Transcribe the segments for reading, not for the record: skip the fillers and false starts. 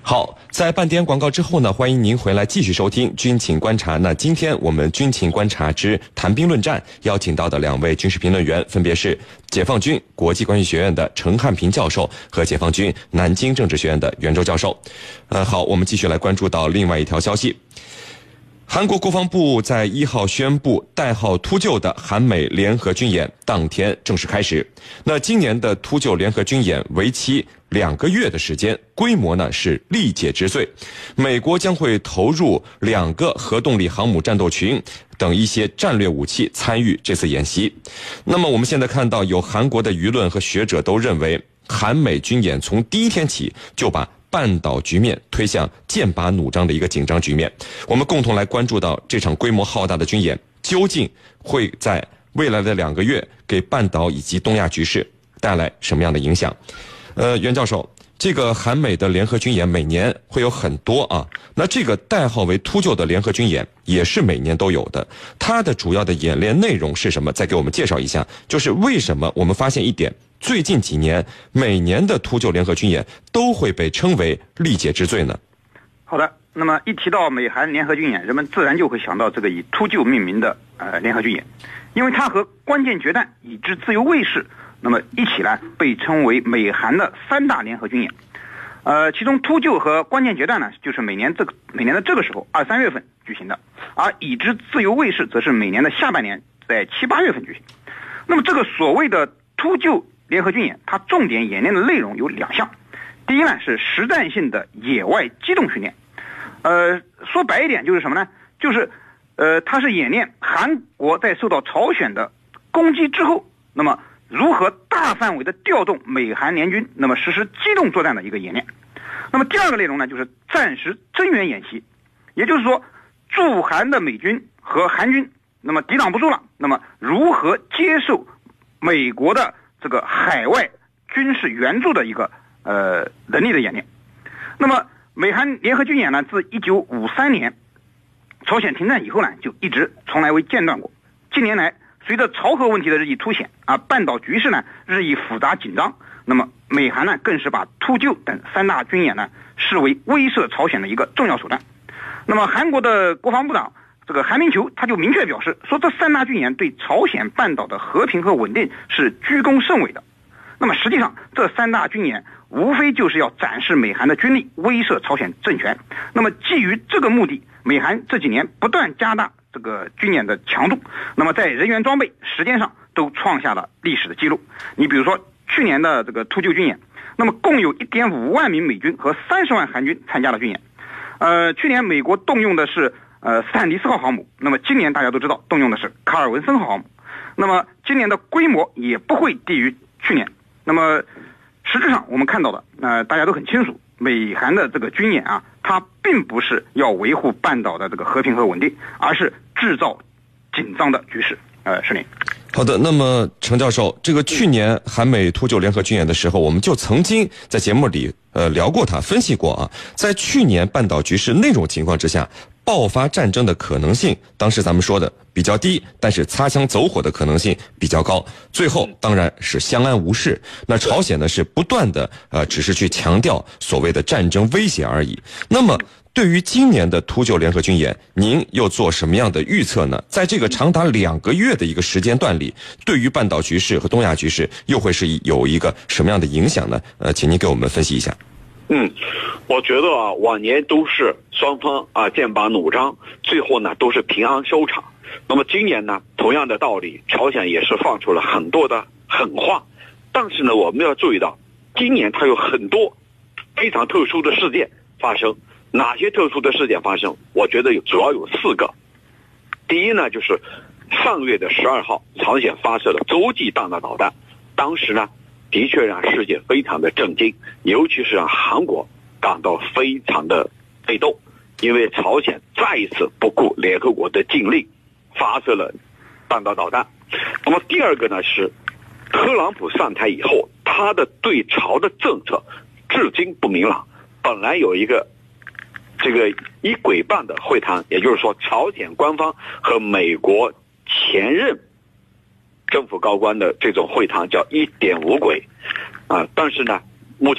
好，在半点广告之后呢，欢迎您回来继续收听军情观察。那今天我们军情观察之谈兵论战邀请到的2位军事评论员分别是解放军国际关系学院的陈汉平教授和解放军南京政治学院的袁周教授。好，我们继续来关注到另外一条消息。韩国国防部在1号宣布，代号秃鹫的韩美联合军演当天正式开始。那今年的秃鹫联合军演为期2个月的时间，规模呢是历届之最。美国将会投入2个核动力航母战斗群等一些战略武器参与这次演习。那么我们现在看到，有韩国的舆论和学者都认为，韩美军演从第一天起就把半岛局面推向剑拔弩张的一个紧张局面。我们共同来关注到这场规模浩大的军演究竟会在未来的2个月给半岛以及东亚局势带来什么样的影响。袁教授，这个韩美的联合军演每年会有很多啊，那这个代号为秃鹫的联合军演也是每年都有的，它的主要的演练内容是什么？再给我们介绍一下，就是为什么我们发现一点，最近几年每年的秃鹫联合军演都会被称为历届之最呢？ 好的，那么一提到美韩联合军演，人们自然就会想到这个以秃鹫命名的联合军演，因为它和关键决战以至自由卫士那么一起来被称为美韩的3大联合军演。其中秃鹫和关键决战呢，就是每年的这个时候2、3月份举行的，而已知自由卫士则是每年的下半年在7、8月份举行。那么这个所谓的秃鹫联合军演，它重点演练的内容有2项。第一呢是实战性的野外机动训练，说白一点就是什么呢？就是它是演练韩国在受到朝鲜的攻击之后，那么如何大范围的调动美韩联军，那么实施机动作战的一个演练。那么第2个内容呢，就是战时增援演习，也就是说驻韩的美军和韩军那么抵挡不住了，那么如何接受美国的这个海外军事援助的一个能力的演练。那么美韩联合军演呢，自1953年朝鲜停战以后呢，就一直从来未间断过。近年来随着朝核问题的日益凸显啊，半岛局势呢日益复杂紧张，那么美韩呢更是把秃鹫等3大军演呢视为威慑朝鲜的一个重要手段。那么韩国的国防部长这个韩明求他就明确表示说，这3大军演对朝鲜半岛的和平和稳定是居功甚伟的。那么实际上这3大军演无非就是要展示美韩的军力，威慑朝鲜政权。那么基于这个目的，美韩这几年不断加大这个军演的强度，那么在人员装备时间上都创下了历史的记录。你比如说去年的这个秃鹫军演，那么共有 1.5 万名美军和30万韩军参加了军演。去年美国动用的是斯坦尼斯号航母，那么今年大家都知道动用的是卡尔文森号航母，那么今年的规模也不会低于去年。那么实质上我们看到的大家都很清楚，美韩的这个军演啊，它并不是要维护半岛的这个和平和稳定，而是制造紧张的局势。石林。 好的，那么程教授，这个去年韩美秃鹫联合军演的时候，我们就曾经在节目里聊过它，分析过啊，在去年半岛局势那种情况之下，爆发战争的可能性，当时咱们说的比较低，但是擦枪走火的可能性比较高，最后当然是相安无事。那朝鲜呢是不断的只是去强调所谓的战争威胁而已。那么对于今年的秃鹫联合军演，您又做什么样的预测呢？在这个长达2个月的一个时间段里，对于半岛局势和东亚局势又会是有一个什么样的影响呢？请您给我们分析一下。 我觉得往年都是双方剑拔弩张，最后呢都是平安收场。那么今年呢，同样的道理，朝鲜也是放出了很多的狠话，但是呢，我们要注意到，今年它有很多非常特殊的事件发生。哪些特殊的事件发生？我觉得主要有4个。第一呢，就是上月的12号，朝鲜发射了洲际弹道导弹，当时呢的确让世界非常的震惊，尤其是让韩国感到非常的被动，因为朝鲜再一次不顾联合国的禁令发射了弹道导弹。那么第2个呢，是特朗普上台以后，他的对朝的政策至今不明朗。本来有一个这个1轨半的会谈，也就是说朝鲜官方和美国前任政府高官的这种会谈叫1.5轨但是呢目前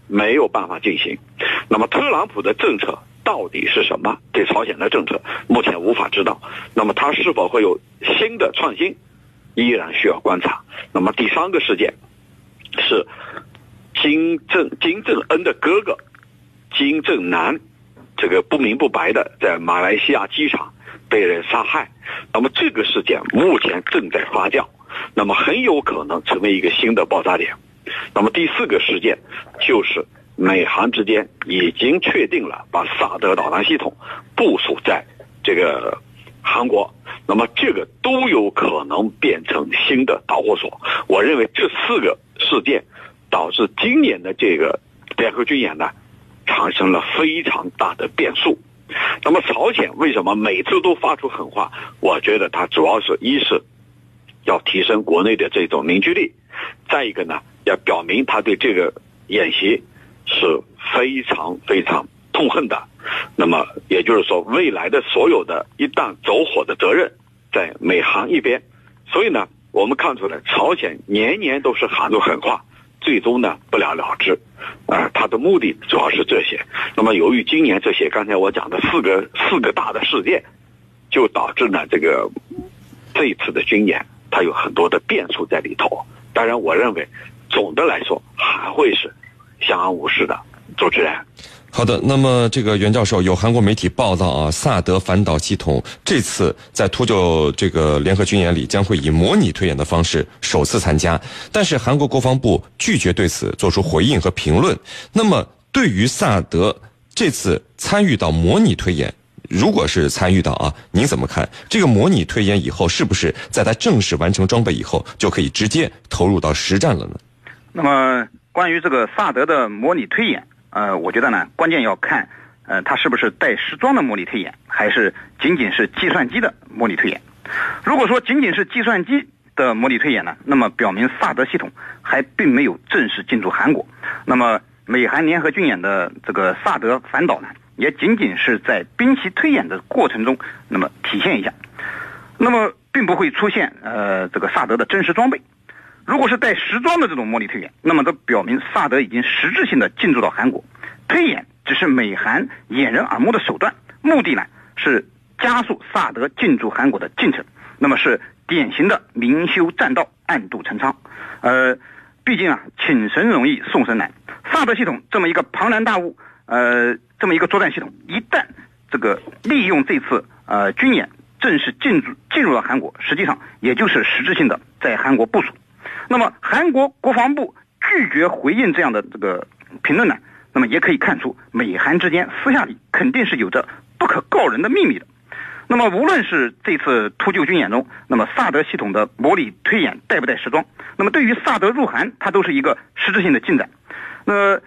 没有办法进行。那么特朗普的政策到底是什么？对朝鲜的政策目前无法知道。那么他是否会有新的创新，依然需要观察。那么第三个事件是金正恩的哥哥金正男，这个不明不白的在马来西亚机场被人杀害。那么这个事件目前正在发酵，那么很有可能成为一个新的爆炸点。那么第四个事件就是美韩之间已经确定了把萨德导弹系统部署在这个韩国，那么这个都有可能变成新的导火索。我认为这四个事件导致今年的这个联合军演呢产生了非常大的变数。那么朝鲜为什么每次都发出狠话？我觉得它主要是一是要提升国内的这种凝聚力，再一个呢要表明他对这个演习是非常非常痛恨的。那么也就是说未来的所有的一旦走火的责任在美韩一边。所以呢我们看出来朝鲜年年都是喊出狠话，最终呢不了了之。他的目的主要是这些。那么由于今年这些刚才我讲的四个大的事件，就导致呢这一次的军演它有很多的变数在里头。当然我认为总的来说还会是相安无事的。主持人。 好的，那么这个袁教授，有韩国媒体报道啊，萨德反导系统这次在秃鹫这个联合军演里将会以模拟推演的方式首次参加，但是韩国国防部拒绝对此做出回应和评论。那么对于萨德这次参与到模拟推演，如果是参与到啊，您怎么看？这个模拟推演以后是不是在它正式完成装备以后就可以直接投入到实战了呢？ 那么关于这个萨德的模拟推演，我觉得呢，关键要看，它是不是带时装的模拟推演，还是仅仅是计算机的模拟推演。如果说仅仅是计算机的模拟推演呢，那么表明萨德系统还并没有正式进驻韩国。那么美韩联合军演的这个萨德反导呢，也仅仅是在兵棋推演的过程中，那么体现一下，那么并不会出现这个萨德的真实装备。如果是带时装的这种模拟推演，那么这表明萨德已经实质性的进驻到韩国。推演只是美韩掩人耳目的手段，目的呢是加速萨德进驻韩国的进程。那么是典型的明修栈道，暗度陈仓。毕竟啊，请神容易送神难。萨德系统这么一个庞然大物，这么一个作战系统，一旦这个利用这次军演正式进入到韩国，实际上也就是实质性的在韩国部署。那么韩国国防部拒绝回应这样的这个评论呢，那么也可以看出美韩之间私下里肯定是有着不可告人的秘密的。那么无论是这次秃鹫军演中，那么萨德系统的模拟推演带不带时装，那么对于萨德入韩它都是一个实质性的进展。那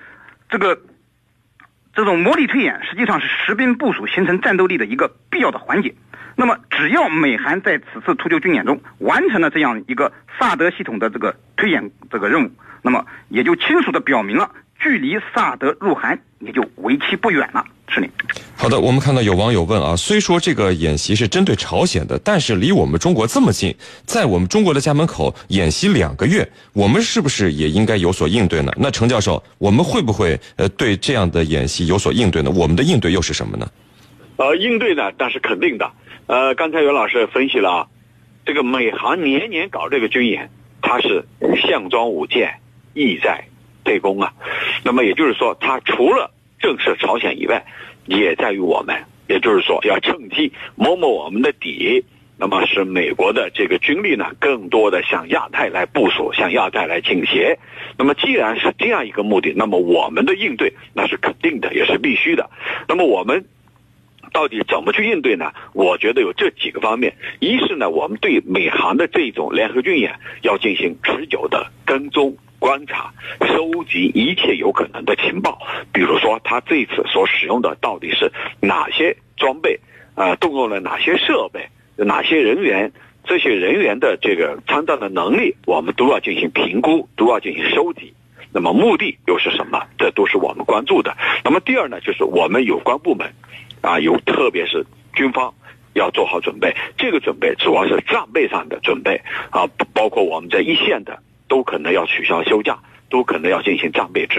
这种模拟推演实际上是实兵部署形成战斗力的一个必要的环节。那么只要美韩在此次秃鹫军演中完成了这样一个萨德系统的这个推演这个任务，那么也就清楚地表明了距离萨德入韩也就为期不远了。是你。 好的，我们看到有网友问啊，虽说这个演习是针对朝鲜的，但是离我们中国这么近，在我们中国的家门口演习2个月，我们是不是也应该有所应对呢？那程教授，我们会不会对这样的演习有所应对呢？我们的应对又是什么呢？ 应对呢，但是肯定的。刚才袁老师分析了啊，这个美韩年年搞这个军演，它是项庄舞剑，意在沛公啊。那么也就是说，它除了震慑朝鲜以外，也在于我们，也就是说要趁机摸摸我们的底，那么使美国的这个军力呢更多的向亚太来部署，向亚太来倾斜。那么既然是这样一个目的，那么我们的应对那是肯定的，也是必须的。那么我们到底怎么去应对呢？我觉得有这几个方面。一是呢，我们对美韩的这种联合军演要进行持久的跟踪观察，收集一切有可能的情报。比如说他这次所使用的到底是哪些装备，动用了哪些设备，哪些人员，这些人员的这个参战的能力，我们都要进行评估，都要进行收集。那么目的又是什么？这都是我们关注的。那么第二呢，就是我们有关部门特别是军方要做好准备。这个准备主要是战备上的准备啊，包括我们在一线的都可能要取消休假，都可能要进行战备值班。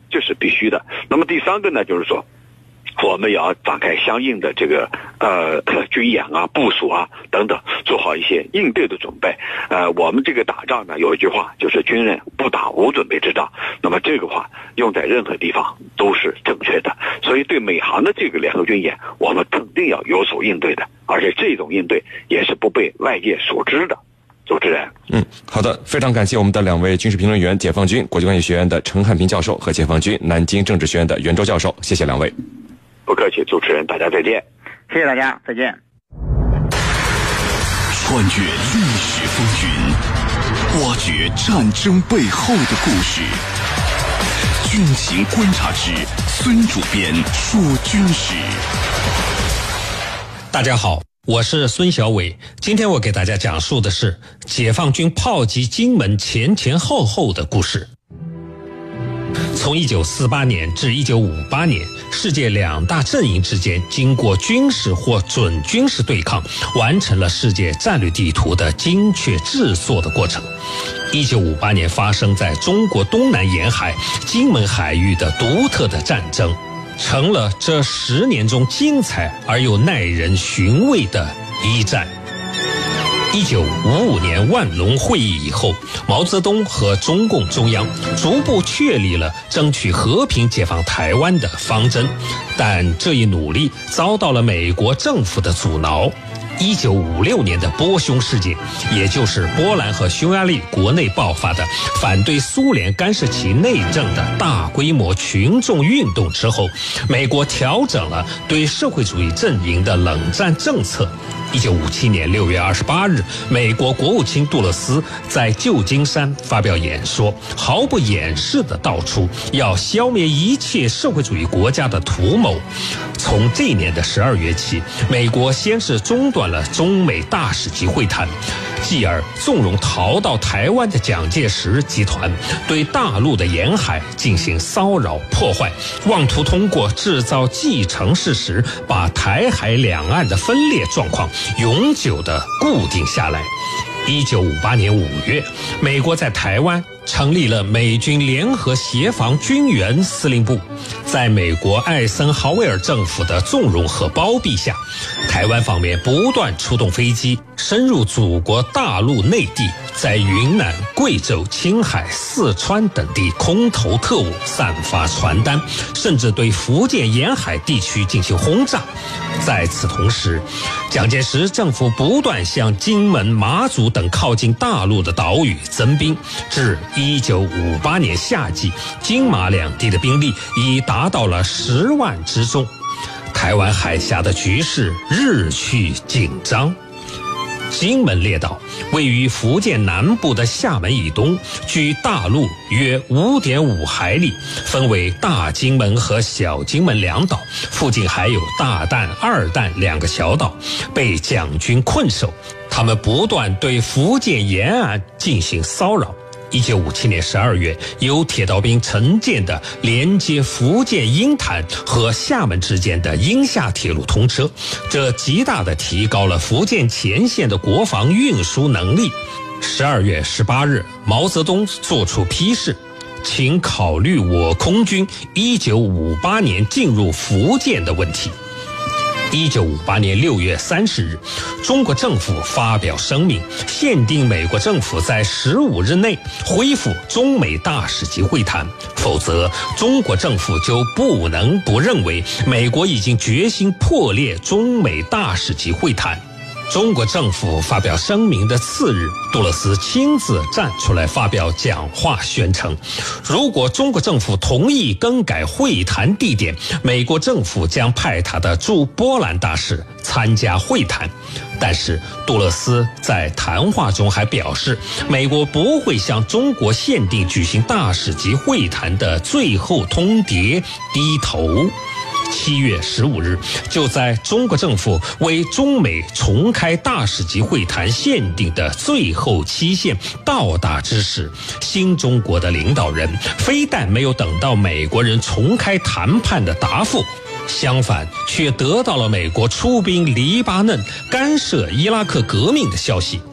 这是必须的。那么第三个呢，就是说我们也要展开相应的这个军演啊、部署啊等等，做好一些应对的准备。我们这个打仗呢，有一句话就是军人不打无准备之仗。那么这个话用在任何地方都是正确的。所以对美韩的这个联合军演，我们肯定要有所应对的，而且这种应对也是不被外界所知的。主持人， 好的，非常感谢我们的两位军事评论员，解放军国际关系学院的陈汉平教授和解放军南京政治学院的袁周教授，谢谢两位。 不客气，主持人，大家再见。 谢谢大家，再见。 穿越历史风云，挖掘战争背后的故事。军情观察之孙主编说军事。 大家好，我是孙小伟。今天我给大家讲述的是解放军炮击金门前后后的故事。从1948年至1958年，世界两大阵营之间经过军事或准军事对抗，完成了世界战略地图的精确制作的过程。1958年发生在中国东南沿海金门海域的独特的战争，成了这10年中精彩而又耐人寻味的一战。1955年万隆会议以后，毛泽东和中共中央逐步确立了争取和平解放台湾的方针，但这一努力遭到了美国政府的阻挠。1956年的波匈事件，也就是波兰和匈牙利国内爆发的反对苏联干涉其内政的大规模群众运动之后，美国调整了对社会主义阵营的冷战政策。1957年6月28日，美国国务卿杜勒斯在旧金山发表演说，毫不掩饰地道出要消灭一切社会主义国家的图谋。从这年的12月起，美国先是中断了中美大使级会谈，继而纵容逃到台湾的蒋介石集团对大陆的沿海进行骚扰破坏，妄图通过制造既成事实，把台海两岸的分裂状况永久地固定下来。1958年5月，美国在台湾成立了美军联合协防军援司令部。在美国艾森豪威尔政府的纵容和包庇下，台湾方面不断出动飞机深入祖国大陆内地，在云南、贵州、青海、四川等地空投特务，散发传单，甚至对福建沿海地区进行轰炸。在此同时，蒋介石政府不断向金门、马祖等靠近大陆的岛屿增兵，至1958年夏季，金马两地的兵力已达到了10万之众。台湾海峡的局势日趋紧张。金门列岛位于福建南部的厦门以东，距大陆约5.5海里，分为大金门和小金门两岛，附近还有大淡、二淡2个小岛，被蒋军困守。他们不断对福建沿岸进行骚扰。1957年12月，由铁道兵承建的连接福建鹰潭和厦门之间的鹰厦铁路通车，这极大地提高了福建前线的国防运输能力。12月18日，毛泽东作出批示，请考虑我空军1958年进入福建的问题。1958年6月30日，中国政府发表声明，限定美国政府在15日内恢复中美大使级会谈，否则中国政府就不能不认为美国已经决心破裂中美大使级会谈。中国政府发表声明的次日，杜勒斯亲自站出来发表讲话，宣称如果中国政府同意更改会谈地点，美国政府将派他的驻波兰大使参加会谈。但是杜勒斯在谈话中还表示，美国不会向中国限定举行大使级会谈的最后通牒低头。7月15日，就在中国政府为中美重开大使级会谈限定的最后期限到达之时，新中国的领导人非但没有等到美国人重开谈判的答复，相反却得到了美国出兵黎巴嫩干涉伊拉克革命的消息。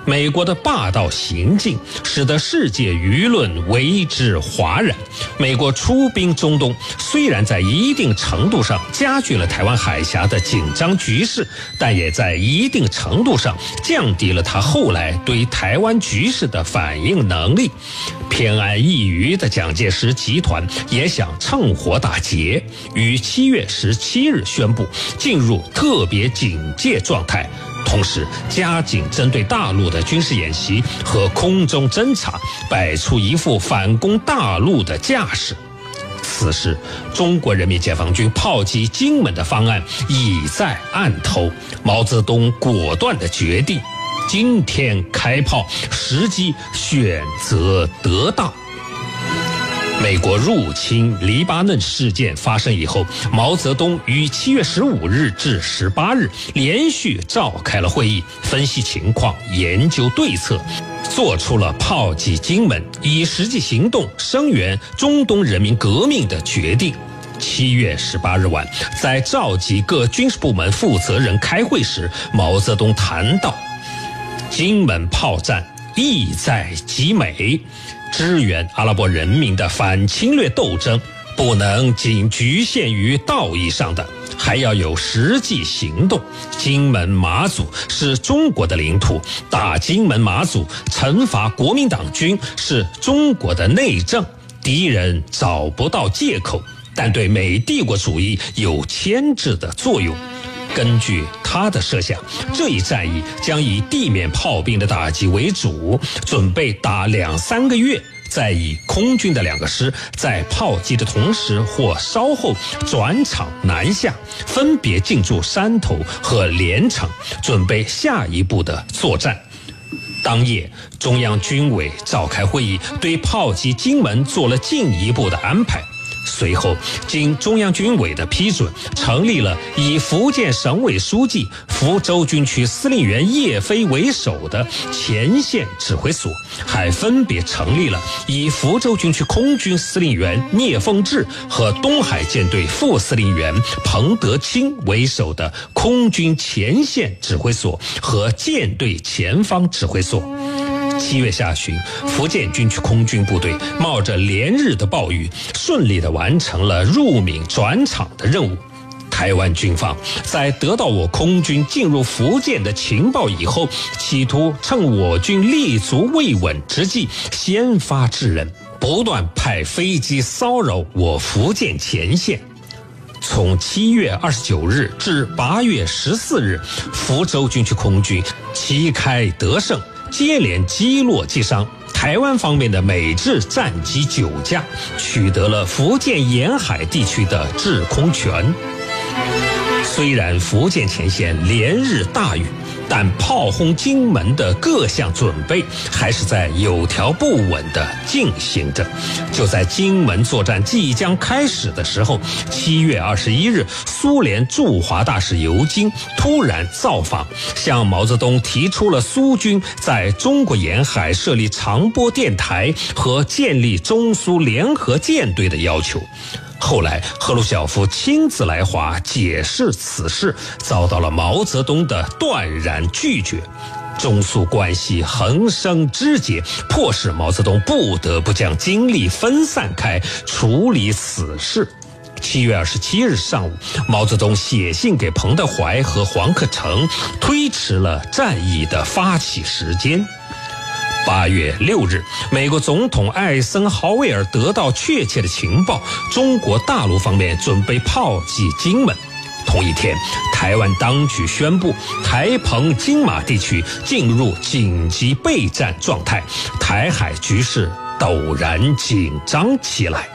美国的霸道行径使得世界舆论为之哗然。美国出兵中东，虽然在一定程度上加剧了台湾海峡的紧张局势，但也在一定程度上降低了他后来对台湾局势的反应能力。偏安一隅的蒋介石集团也想趁火打劫，于7月17日宣布进入特别警戒状态，同时加紧针对大陆的军事演习和空中侦察，摆出一副反攻大陆的架势。此时，中国人民解放军炮击金门的方案已在案头，毛泽东果断地决定，今天开炮，时机选择得当。美国入侵黎巴嫩事件发生以后，毛泽东于7月15日至18日连续召开了会议，分析情况，研究对策，做出了炮击金门，以实际行动声援中东人民革命的决定。7月18日晚，在召集各军事部门负责人开会时，毛泽东谈到，金门炮战意在极美，支援阿拉伯人民的反侵略斗争不能仅局限于道义上的，还要有实际行动。金门马祖是中国的领土，打金门马祖，惩罚国民党军是中国的内政，敌人找不到借口，但对美帝国主义有牵制的作用。根据他的设想，这一战役将以地面炮兵的打击为主，准备打2-3个月，再以空军的2个师在炮击的同时或稍后转场南下，分别进驻山头和连城，准备下一步的作战。当夜，中央军委召开会议，对炮击金门做了进一步的安排。随后，经中央军委的批准，成立了以福建省委书记、福州军区司令员叶飞为首的前线指挥所，还分别成立了以福州军区空军司令员聂凤智和东海舰队副司令员彭德清为首的空军前线指挥所和舰队前方指挥所。7月下旬，福建军区空军部队冒着连日的暴雨，顺利地完成了入闽转场的任务。台湾军方在得到我空军进入福建的情报以后，企图趁我军立足未稳之际先发制人，不断派飞机骚扰我福建前线。从7月29日至8月14日，福州军区空军旗开得胜，接连击落击伤台湾方面的美制战机9架，取得了福建沿海地区的制空权。虽然福建前线连日大雨，但炮轰金门的各项准备还是在有条不紊地进行着。就在金门作战即将开始的时候，7月21日，苏联驻华大使尤金突然造访，向毛泽东提出了苏军在中国沿海设立长波电台和建立中苏联合舰队的要求。后来赫鲁晓夫亲自来华解释此事，遭到了毛泽东的断然拒绝。中苏关系横生枝节，迫使毛泽东不得不将精力分散开处理此事。7月27日上午，毛泽东写信给彭德怀和黄克诚，推迟了战役的发起时间。8月6日，美国总统艾森豪威尔得到确切的情报，中国大陆方面准备炮击金门。同一天，台湾当局宣布台澎金马地区进入紧急备战状态，台海局势陡然紧张起来。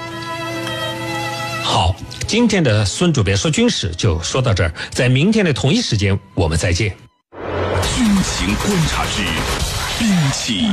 好，今天的孙主编说军事就说到这儿，在明天的同一时间我们再见。 军情观察之兵器。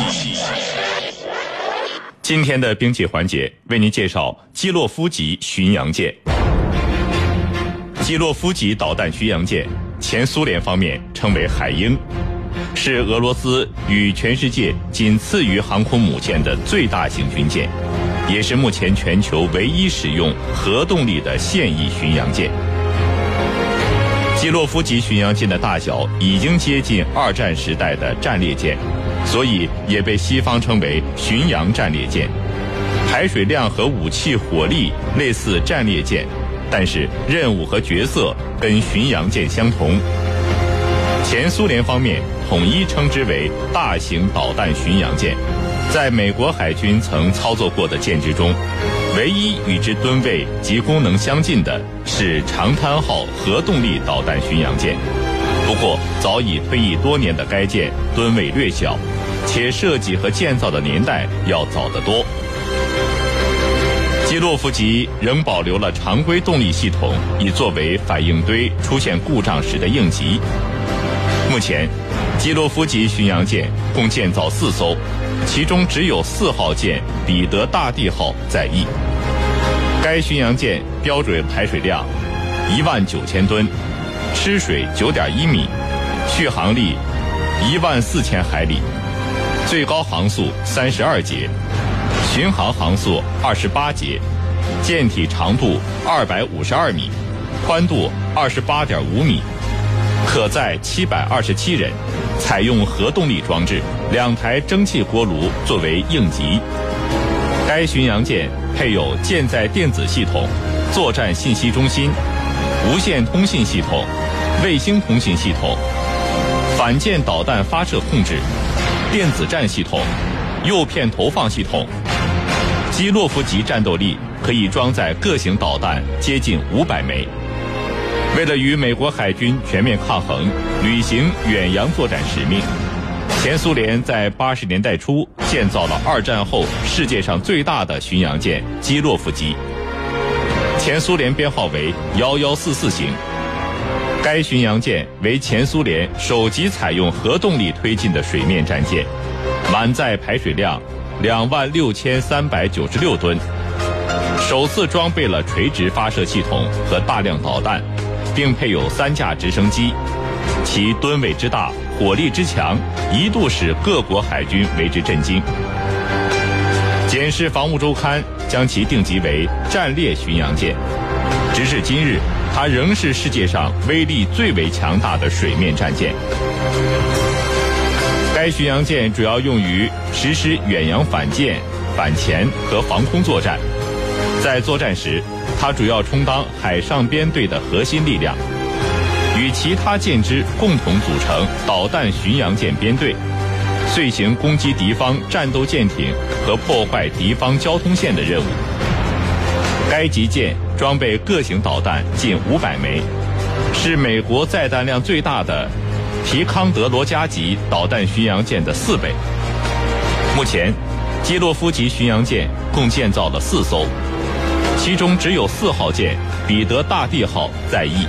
今天的兵器环节为您介绍基洛夫级巡洋舰。基洛夫级导弹巡洋舰，前苏联方面称为海鹰，是俄罗斯与全世界仅次于航空母舰的最大型军舰，也是目前全球唯一使用核动力的现役巡洋舰。 基洛夫级巡洋舰的大小已经接近2战时代的战列舰，所以也被西方称为巡洋战列舰。排水量和武器火力类似战列舰，但是任务和角色跟巡洋舰相同。前苏联方面统一称之为大型导弹巡洋舰。在美国海军曾操作过的舰只中，唯一与之吨位及功能相近的是长滩号核动力导弹巡洋舰。不过早已退役多年的该舰吨位略小，且设计和建造的年代要早得多。基洛夫级仍保留了常规动力系统，以作为反应堆出现故障时的应急。目前基洛夫级巡洋舰共建造4艘，其中只有4号舰彼得大帝号在役。该巡洋舰标准排水量19000吨，吃水9.1米，续航力14000海里，最高航速32节，巡航航速28节，舰体长度252米，宽度28.5米，可载727人，采用核动力装置，2台蒸汽锅炉作为应急。该巡洋舰配有舰载电子系统、作战信息中心、无线通信系统、卫星通信系统、反舰导弹发射控制、电子战系统、诱骗投放系统。基洛夫级战斗力可以装载各型导弹接近500枚。为了与美国海军全面抗衡，履行远洋作战使命，前苏联在80年代初建造了2战后世界上最大的巡洋舰基洛夫级，前苏联编号为1144型。该巡洋舰为前苏联首级采用核动力推进的水面战舰，满载排水量26396吨，首次装备了垂直发射系统和大量导弹，并配有3架直升机，其吨位之大，火力之强，一度使各国海军为之震惊。检视防务周刊将其定级为战列巡洋舰，直至今日，它仍是世界上威力最为强大的水面战舰。该巡洋舰主要用于实施远洋反舰、反潜和防空作战。在作战时，它主要充当海上编队的核心力量，与其他舰只共同组成导弹巡洋舰编队，遂行攻击敌方战斗舰艇和破坏敌方交通线的任务。该级舰装备各型导弹近500枚，是美国载弹量最大的提康德罗加级导弹巡洋舰的4倍。目前，基洛夫级巡洋舰共建造了4艘，其中只有4号舰彼得大帝号在役。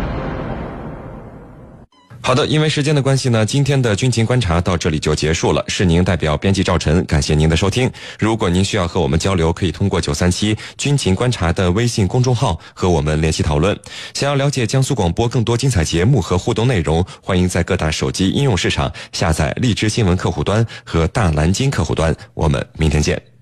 好的，因为时间的关系呢，今天的军情观察到这里就结束了。是您代表编辑赵晨，感谢您的收听。如果您需要和我们交流，可以通过937军情观察的微信公众号和我们联系讨论。想要了解江苏广播更多精彩节目和互动内容，欢迎在各大手机应用市场下载荔枝新闻客户端和大蓝鲸客户端。我们明天见。